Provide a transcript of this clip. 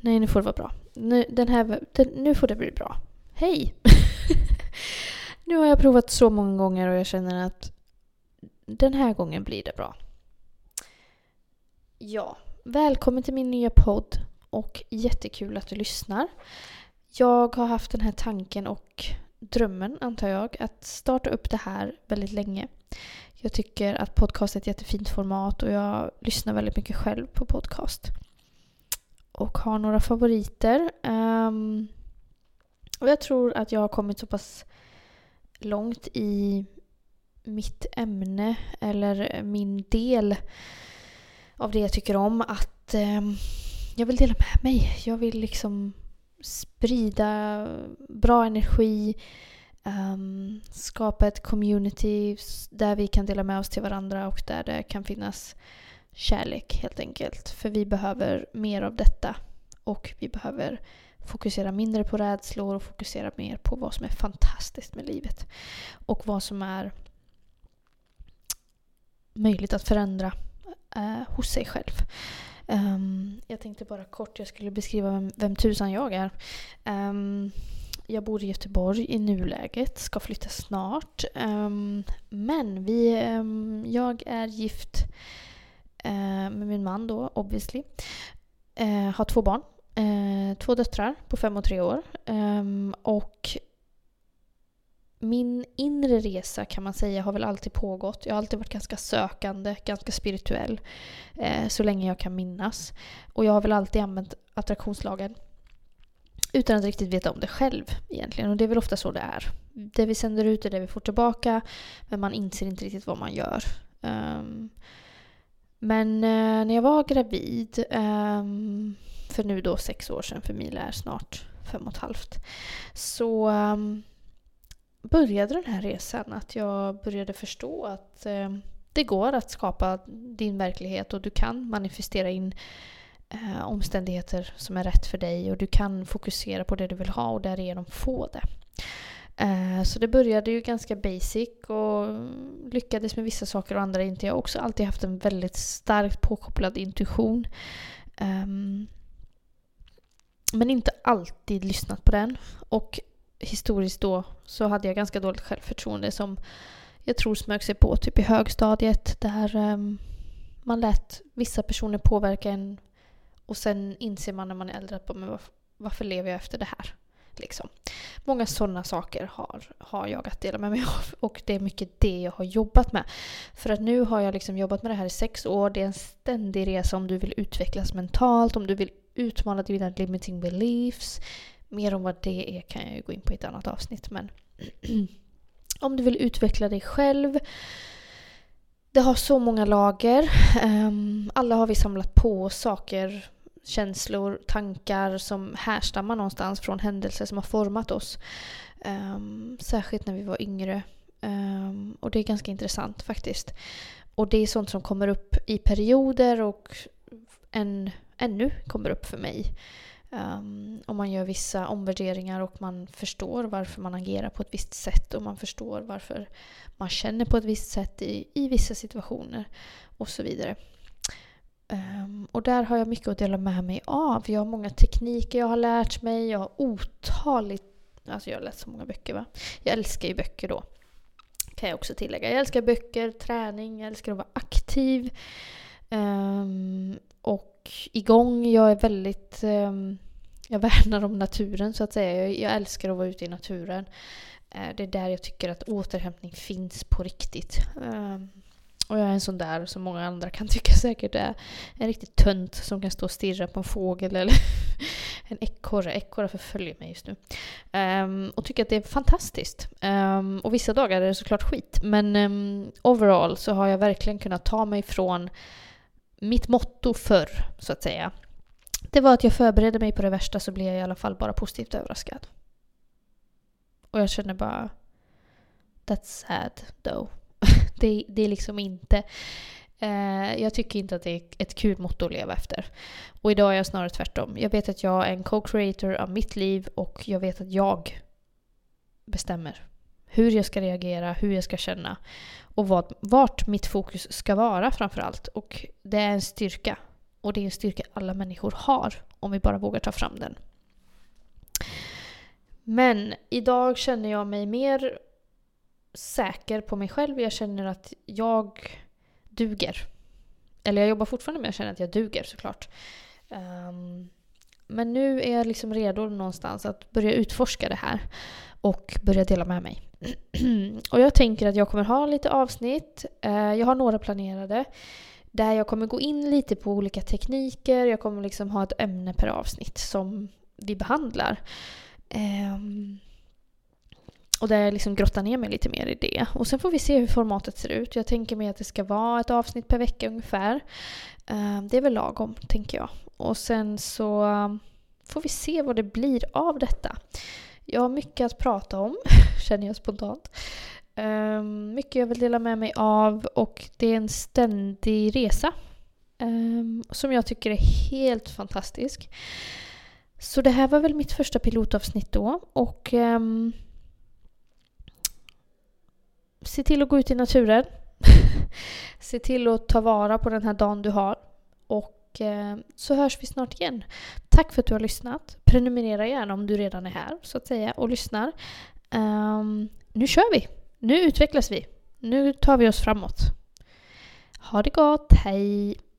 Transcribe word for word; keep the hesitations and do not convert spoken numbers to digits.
Nej, nu får det vara bra. Nu, den här, den, nu får det bli bra. Hej! Nu har jag provat så många gånger och jag känner att den här gången blir det bra. Ja, välkommen till min nya podd och jättekul att du lyssnar. Jag har haft den här tanken och drömmen, antar jag, att starta upp det här väldigt länge. Jag tycker att podcast är ett jättefint format och jag lyssnar väldigt mycket själv på podcast. Och har några favoriter. Um, och jag tror att jag har kommit så pass långt i mitt ämne eller min del av det jag tycker om att um, jag vill dela med mig. Jag vill liksom sprida bra energi, um, skapa ett community där vi kan dela med oss till varandra och där det kan finnas kärlek helt enkelt. För vi behöver mer av detta och vi behöver fokusera mindre på rädslor och fokusera mer på vad som är fantastiskt med livet och vad som är möjligt att förändra eh, hos sig själv. Um, jag tänkte bara kort, jag skulle beskriva vem, vem tusan jag är. Um, jag bor i Göteborg i nuläget, ska flytta snart. Um, men vi, um, jag är gift uh, med min man då, obviously. Uh, har två barn, uh, två döttrar på fem och tre år. Um, och min inre resa kan man säga har väl alltid pågått. Jag har alltid varit ganska sökande, ganska spirituell eh, så länge jag kan minnas. Och jag har väl alltid använt attraktionslagen utan att riktigt veta om det själv egentligen. Och det är väl ofta så det är. Det vi sänder ut är det vi får tillbaka, men man inser inte riktigt vad man gör. Um, men eh, när jag var gravid, um, för nu då sex år sedan, för Mila är snart fem och ett halvt, så... Um, började den här resan att jag började förstå att eh, det går att skapa din verklighet och du kan manifestera in eh, omständigheter som är rätt för dig och du kan fokusera på det du vill ha och därigenom få det. Eh, så det började ju ganska basic och lyckades med vissa saker och andra inte. Jag har också alltid haft en väldigt starkt påkopplad intuition. Um, men inte alltid lyssnat på den och historiskt då så hade jag ganska dåligt självförtroende som jag tror smög sig på typ i högstadiet där um, man lät vissa personer påverka en och sen inser man när man är äldre att men varför, varför lever jag efter det här? Liksom. Många sådana saker har, har jag att dela med mig av och det är mycket det jag har jobbat med. För att nu har jag liksom jobbat med det här i sex år. Det är en ständig resa om du vill utvecklas mentalt, om du vill utmana dina limiting beliefs. Mer om vad det är kan jag ju gå in på i ett annat avsnitt. Men om du vill utveckla dig själv. Det har så många lager. Um, alla har vi samlat på saker, känslor, tankar som härstammar någonstans från händelser som har format oss. Um, särskilt när vi var yngre. Um, och det är ganska intressant faktiskt. Och det är sånt som kommer upp i perioder och en, ännu kommer upp för mig. Um, om man gör vissa omvärderingar och man förstår varför man agerar på ett visst sätt och man förstår varför man känner på ett visst sätt i, i vissa situationer och så vidare. Um, och där har jag mycket att dela med mig av. Jag har många tekniker jag har lärt mig. Jag har otaligt, alltså jag har läst så många böcker va. Jag älskar ju böcker då. Kan jag också tillägga. Jag älskar böcker, träning, jag älskar att vara aktiv. Um, och igång, jag är väldigt um, jag värnar om naturen så att säga. Jag, jag älskar att vara ute i naturen. Uh, det är där jag tycker att återhämtning finns på riktigt. Um, och jag är en sån där som många andra kan tycka säkert är en riktigt tönt som kan stå och stirra på en fågel eller en ekorre. Ekorre förföljer mig just nu. Um, och tycker att det är fantastiskt. Um, och vissa dagar är det såklart skit. Men um, overall så har jag verkligen kunnat ta mig från mitt motto förr, så att säga. Det var att jag förberedde mig på det värsta så blev jag i alla fall bara positivt överraskad. Och jag känner bara that's sad though. det, det är liksom inte eh, jag tycker inte att det är ett kul motto att leva efter. Och idag är jag snarare tvärtom. Jag vet att jag är en co-creator av mitt liv och jag vet att jag bestämmer hur jag ska reagera, hur jag ska känna och vad, vart mitt fokus ska vara framförallt. Och det är en styrka Och det är en styrka alla människor har om vi bara vågar ta fram den. Men idag känner jag mig mer säker på mig själv. Jag känner att jag duger. Eller jag jobbar fortfarande med att känna att jag duger såklart. Um, men nu är jag liksom redo någonstans att börja utforska det här. Och börja dela med mig. Och jag tänker att jag kommer ha lite avsnitt. Uh, jag har några planerade. Där jag kommer gå in lite på olika tekniker. Jag kommer liksom ha ett ämne per avsnitt som vi behandlar. Um, och där jag liksom grottar ner mig lite mer i det. Och sen får vi se hur formatet ser ut. Jag tänker mig att det ska vara ett avsnitt per vecka ungefär. Um, det är väl lagom, tänker jag. Och sen så um, får vi se vad det blir av detta. Jag har mycket att prata om, känner jag spontant. Um, mycket jag vill dela med mig av. Och det är en ständig resa. Um, som jag tycker är helt fantastisk. Så det här var väl mitt första pilotavsnitt då. Och um, se till att gå ut i naturen. Se till att ta vara på den här dagen du har. Och um, så hörs vi snart igen. Tack för att du har lyssnat. Prenumerera gärna om du redan är här så att säga och lyssnar. Um, nu kör vi. Nu utvecklas vi. Nu tar vi oss framåt. Ha det gott. Hej!